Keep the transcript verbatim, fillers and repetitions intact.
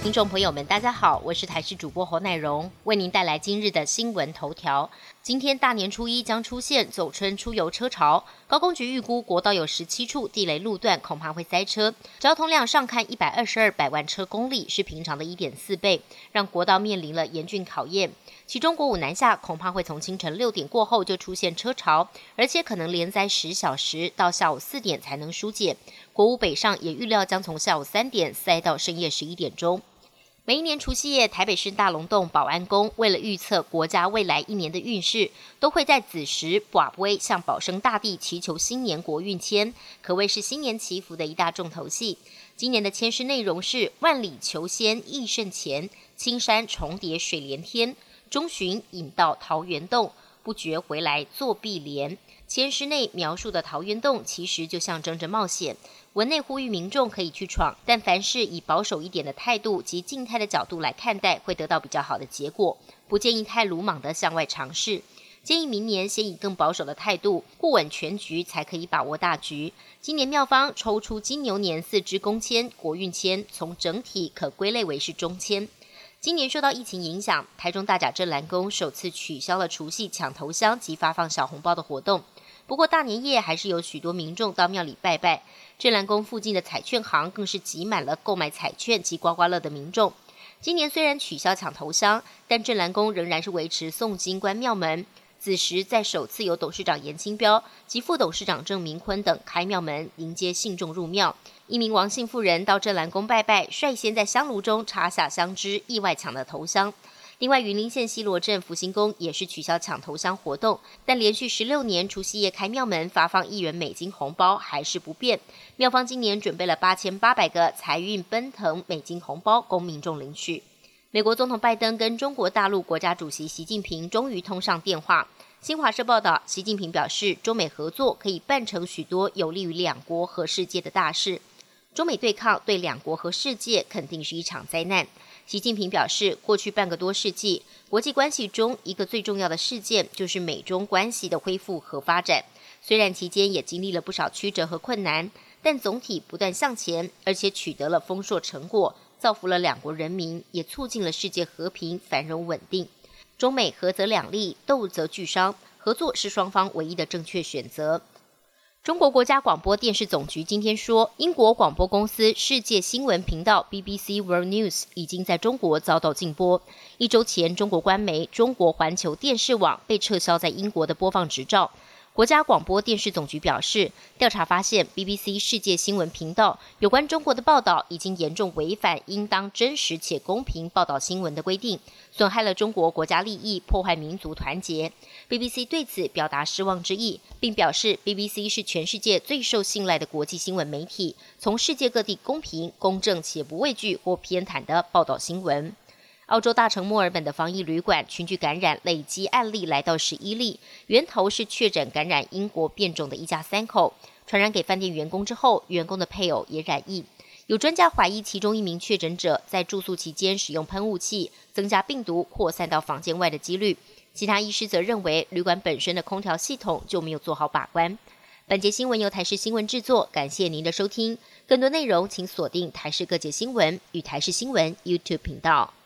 听众朋友们大家好，我是台视主播侯乃荣，为您带来今日的新闻头条。今天大年初一将出现走春出游车潮，高工局预估国道有十七处地雷路段恐怕会塞车，交通量上看一百二十二百万车公里，是平常的 一点四倍，让国道面临了严峻考验。其中国五南下恐怕会从清晨六点过后就出现车潮，而且可能连塞十小时，到下午四点才能疏解。国五北上也预料将从下午三点塞到深夜十一点钟。每一年除夕夜，台北市大龙峒保安宫为了预测国家未来一年的运势，都会在子时跋杯向保生大帝祈求新年国运签，可谓是新年祈福的一大重头戏。今年的签诗内容是万里求仙益圣前，青山重叠水连天，中旬引到桃源洞，不觉回来作碧莲。签诗内描述的桃源洞其实就象征着冒险，文内呼吁民众可以去闯，但凡事以保守一点的态度及静态的角度来看待，会得到比较好的结果，不建议太鲁莽的向外尝试。建议明年先以更保守的态度护稳全局，才可以把握大局。今年妙方抽出金牛年四支公签国运签，从整体可归类为是中签。今年受到疫情影响，台中大甲镇澜宫首次取消了除夕抢头香及发放小红包的活动。不过大年夜还是有许多民众到庙里拜拜，镇澜宫附近的彩券行更是挤满了购买彩券及刮刮乐的民众。今年虽然取消抢头香，但镇澜宫仍然是维持诵经关庙门。子时在首次由董事长严清标及副董事长郑明坤等开庙门迎接信众入庙。一名王姓妇人到镇澜宫拜拜，率先在香炉中插下香枝，意外抢了头香。另外，云林县西螺镇福兴宫也是取消抢头香活动，但连续十六年除夕夜开庙门发放一元美金红包还是不变。庙方今年准备了八千八百个财运奔腾美金红包供民众领取。美国总统拜登跟中国大陆国家主席习近平终于通上电话。新华社报道，习近平表示，中美合作可以办成许多有利于两国和世界的大事。中美对抗对两国和世界肯定是一场灾难。习近平表示，过去半个多世纪，国际关系中一个最重要的事件就是美中关系的恢复和发展。虽然期间也经历了不少曲折和困难，但总体不断向前，而且取得了丰硕成果，造福了两国人民，也促进了世界和平、繁荣稳定。中美合则两利，斗则俱伤，合作是双方唯一的正确选择。中国国家广播电视总局今天说，英国广播公司世界新闻频道 B B C World News 已经在中国遭到禁播。一周前，中国官媒中国环球电视网被撤销在英国的播放执照。国家广播电视总局表示，调查发现 B B C 世界新闻频道有关中国的报道已经严重违反应当真实且公平报道新闻的规定，损害了中国国家利益，破坏民族团结。B B C 对此表达失望之意，并表示 B B C 是全世界最受信赖的国际新闻媒体，从世界各地公平、公正且不畏惧或偏袒的报道新闻。澳洲大城墨尔本的防疫旅馆群聚感染累积案例来到十一例，源头是确诊感染英国变种的一家三口，传染给饭店员工之后，员工的配偶也染疫。有专家怀疑其中一名确诊者在住宿期间使用喷雾器，增加病毒扩散到房间外的几率。其他医师则认为旅馆本身的空调系统就没有做好把关。本节新闻由台视新闻制作，感谢您的收听。更多内容请锁定台视各节新闻与台视新闻 YouTube 频道。